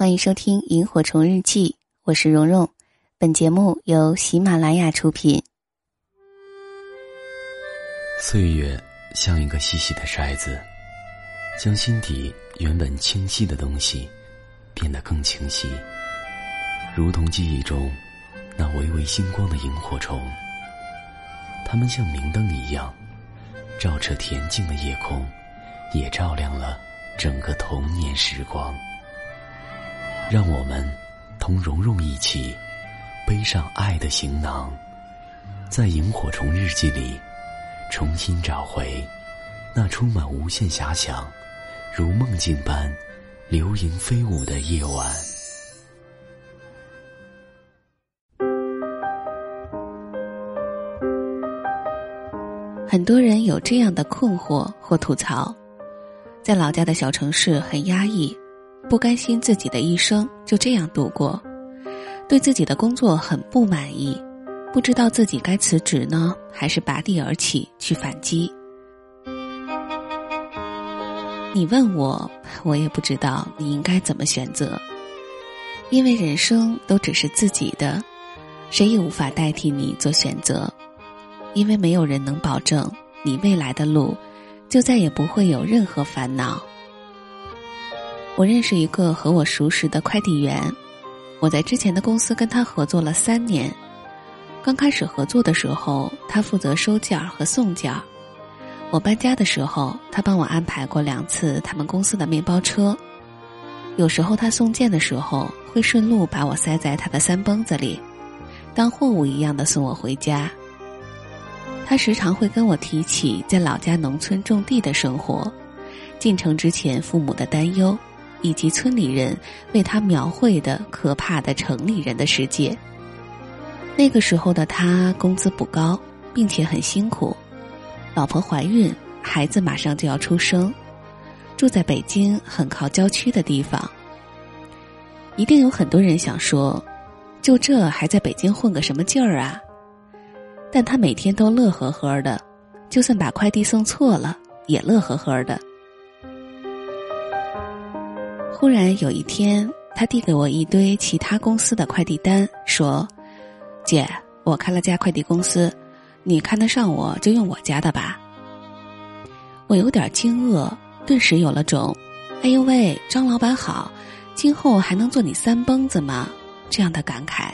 欢迎收听萤火虫日记，我是蓉蓉。本节目由喜马拉雅出品。 岁月像一个细细的筛子，将心底原本清晰的东西变得更清晰，如同记忆中那微微星光的萤火虫，它们像明灯一样照彻恬静的夜空，也照亮了整个童年时光。让我们同蓉蓉一起背上爱的行囊，在萤火虫日记里重新找回那充满无限遐想如梦境般流萤飞舞的夜晚。 很多人有这样的困惑或吐槽，在老家的小城市很压抑，不甘心自己的一生就这样度过，对自己的工作很不满意，不知道自己该辞职呢，还是拔地而起去反击。你问我，我也不知道你应该怎么选择，因为人生都只是自己的，谁也无法代替你做选择，因为没有人能保证你未来的路就再也不会有任何烦恼。我认识一个和我熟识的快递员，我在之前的公司跟他合作了3年。刚开始合作的时候，他负责收件和送件。我搬家的时候，他帮我安排过2次他们公司的面包车。有时候他送件的时候，会顺路把我塞在他的3蹦子里，当货物一样的送我回家。他时常会跟我提起在老家农村种地的生活，进城之前父母的担忧，以及村里人为他描绘的可怕的城里人的世界。那个时候的他工资不高，并且很辛苦，老婆怀孕，孩子马上就要出生，住在北京很靠郊区的地方。一定有很多人想说，就这还在北京混个什么劲儿啊？但他每天都乐呵呵的，就算把快递送错了也乐呵呵的。忽然有一天，他递给我一堆其他公司的快递单，说：姐，我开了家快递公司，你看得上我就用我家的吧。我有点惊愕，顿时有了种哎呦喂，张老板好，今后还能做你3蹦子吗这样的感慨。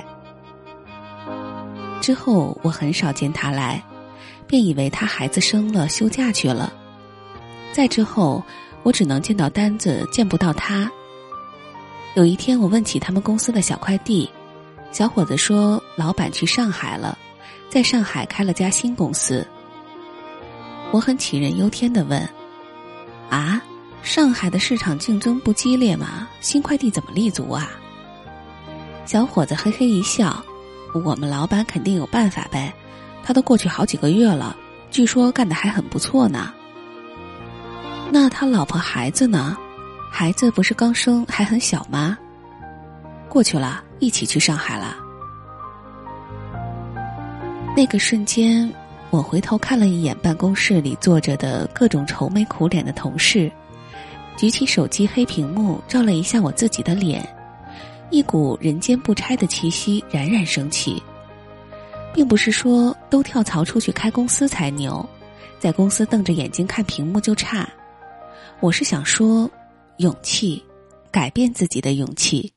之后我很少见他来，便以为他孩子生了休假去了。再之后我只能见到单子，见不到他。有一天我问起他们公司的小快递，小伙子说老板去上海了，在上海开了家新公司。我很杞人忧天地问，啊，上海的市场竞争不激烈吗？新快递怎么立足啊？小伙子嘿嘿一笑，我们老板肯定有办法呗，他都过去好几个月了，据说干得还很不错呢。那他老婆孩子呢？孩子不是刚生还很小吗？过去了，一起去上海了。那个瞬间，我回头看了一眼办公室里坐着的各种愁眉苦脸的同事，举起手机黑屏幕照了一下我自己的脸，一股人间不拆的气息冉冉升起。并不是说都跳槽出去开公司才牛，在公司瞪着眼睛看屏幕就差。我是想说，勇气，改变自己的勇气。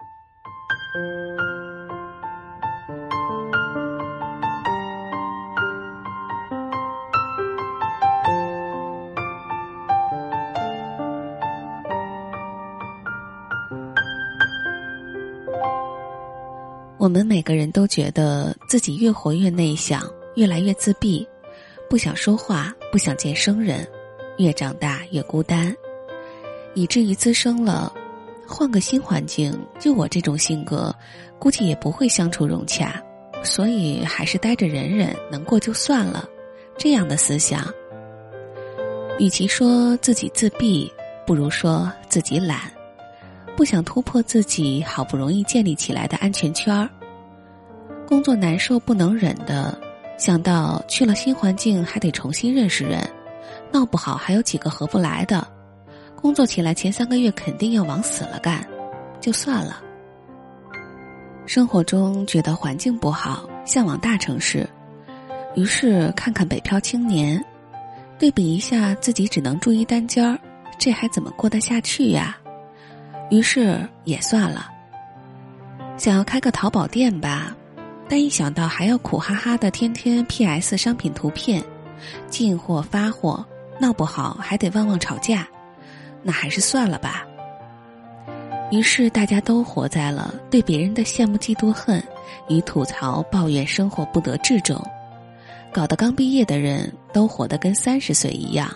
我们每个人都觉得自己越活越内向，越来越自闭，不想说话，不想见生人，越长大越孤单，以至于滋生了换个新环境，就我这种性格估计也不会相处融洽，所以还是待着忍忍，能过就算了，这样的思想。与其说自己自闭，不如说自己懒，不想突破自己好不容易建立起来的安全圈。工作难受不能忍的，想到去了新环境还得重新认识人，闹不好还有几个合不来的，工作起来前3个月肯定要往死了干， 就算了。生活中觉得环境不好，向往大城市，于是看看北漂青年，对比一下自己只能住一单间儿，这还怎么过得下去呀？于是也算了。想要开个淘宝店吧，但一想到还要苦哈哈的天天 PS 商品图片，进货发货，闹不好还得旺旺吵架，那还是算了吧。于是大家都活在了对别人的羡慕嫉妒恨与吐槽抱怨生活不得志中，搞得刚毕业的人都活得跟30岁一样。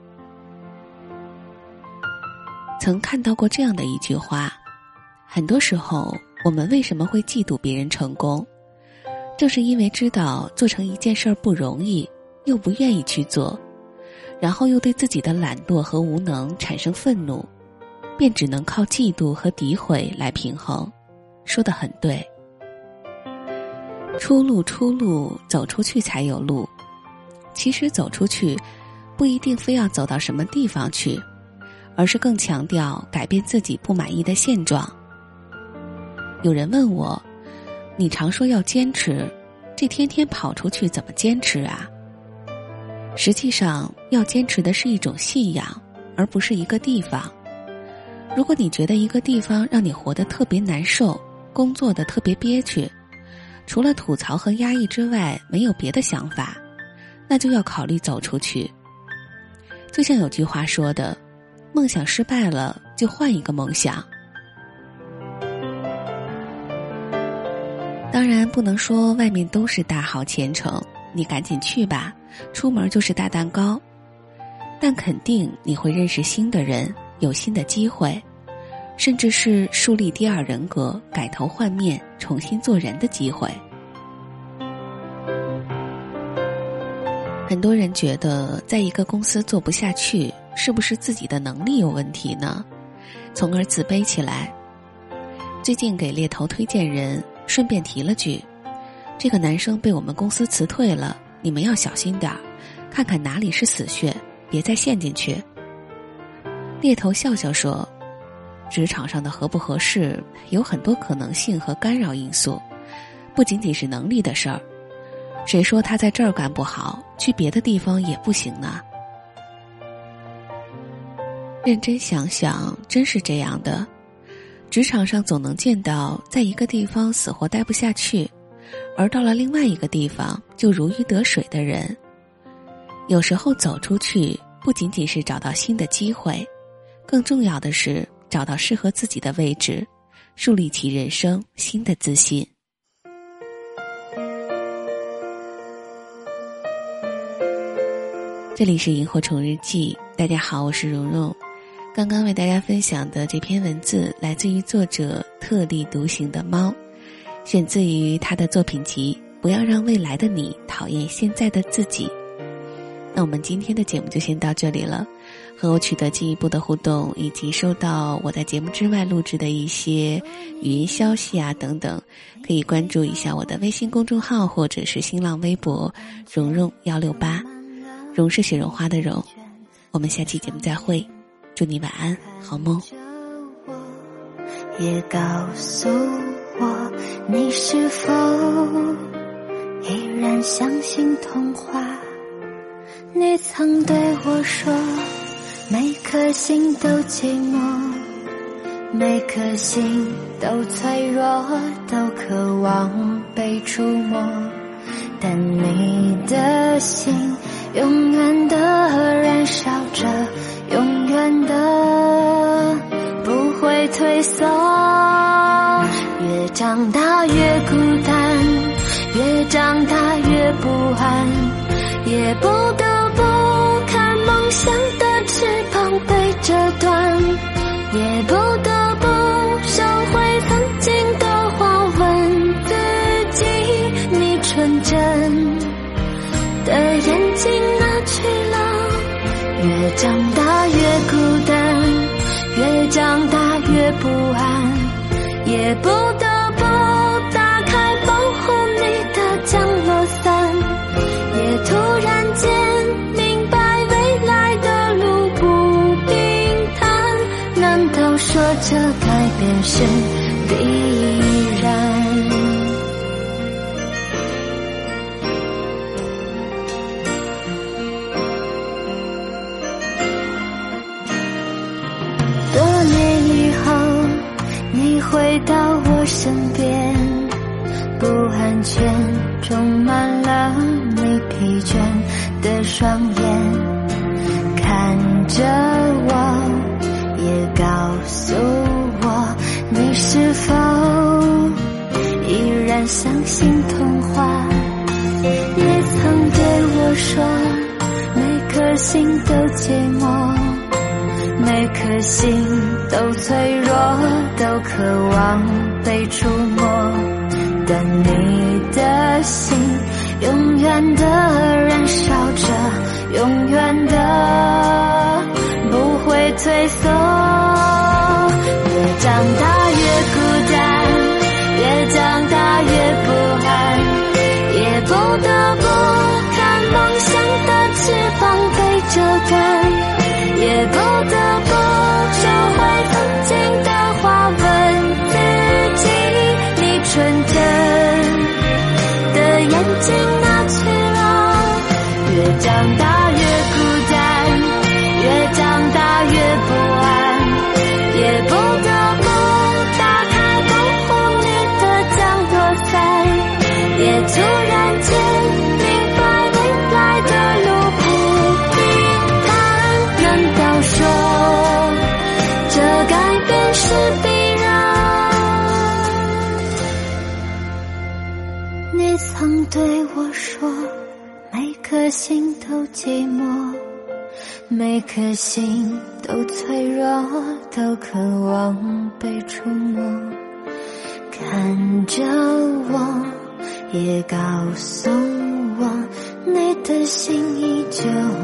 曾看到过这样的一句话，很多时候我们为什么会嫉妒别人成功，正是因为知道做成一件事儿不容易，又不愿意去做，然后又对自己的懒惰和无能产生愤怒，便只能靠嫉妒和诋毁来平衡。说得很对，出路，走出去才有路。其实走出去不一定非要走到什么地方去，而是更强调改变自己不满意的现状。有人问我，你常说要坚持，这天天跑出去怎么坚持啊？实际上要坚持的是一种信仰，而不是一个地方。如果你觉得一个地方让你活得特别难受，工作的特别憋屈，除了吐槽和压抑之外没有别的想法，那就要考虑走出去。就像有句话说的，梦想失败了就换一个梦想。当然不能说外面都是大好前程，你赶紧去吧，出门就是大蛋糕。但肯定你会认识新的人，有新的机会，甚至是树立第二人格，改头换面，重新做人的机会。很多人觉得在一个公司做不下去，是不是自己的能力有问题呢？从而自卑起来。最近给猎头推荐人，顺便提了句，这个男生被我们公司辞退了，你们要小心点儿，看看哪里是死穴，别再陷进去。猎头笑笑说，职场上的合不合适有很多可能性和干扰因素，不仅仅是能力的事儿。谁说他在这儿干不好，去别的地方也不行呢？认真想想，真是这样的。职场上总能见到在一个地方死活待不下去，而到了另外一个地方就如鱼得水的人。有时候走出去不仅仅是找到新的机会，更重要的是找到适合自己的位置，树立起人生新的自信。这里是萤火虫日记，大家好，我是蓉蓉。刚刚为大家分享的这篇文字来自于作者特立独行的猫，选自于他的作品集《不要让未来的你讨厌现在的自己》。那我们今天的节目就先到这里了，和我取得进一步的互动，以及收到我在节目之外录制的一些语音消息啊等等，可以关注一下我的微信公众号或者是新浪微博蓉蓉168，蓉是雪绒花的蓉。我们下期节目再会，祝你晚安，好梦。 也告诉我，你是否依然相信童话？你曾对我说，每颗心都寂寞，每颗心都脆弱，都渴望被触摸，但你的心永远的燃烧着，永远的不会退缩。越长大越孤单，越长大越不安，也不得不看梦想的翅膀被折断，也不得不收回曾经的话，问自己，你纯真的眼睛哪去了？越长大越孤单，越长大越不安，也不得不打开保护你的降落伞，也突然间明白未来的路不平坦。难道说这改变是必然。多年以后，你回到我身边，不安全充满了你疲倦的双眼，看着我，也告诉我，你是否依然相信童话？也曾对我说，每颗心都寂寞，每颗心都脆弱，都渴望被触摸，但你的心永远的燃烧着，永远的不会退缩。越长大越孤单，越长大越不安，也不得不看梦想的翅膀被遮盖，也不得不收回曾经的话，问自己，你纯真的眼睛哪去了？越长大越孤单，越长大越不安，也不得不打开保护你的降落伞，也突然间明白未来的路不平坦。难道说这改变是必然？你曾对我说，每颗心都寂寞，每颗心都脆弱，都渴望被触摸，看着我，也告诉我，你的心依旧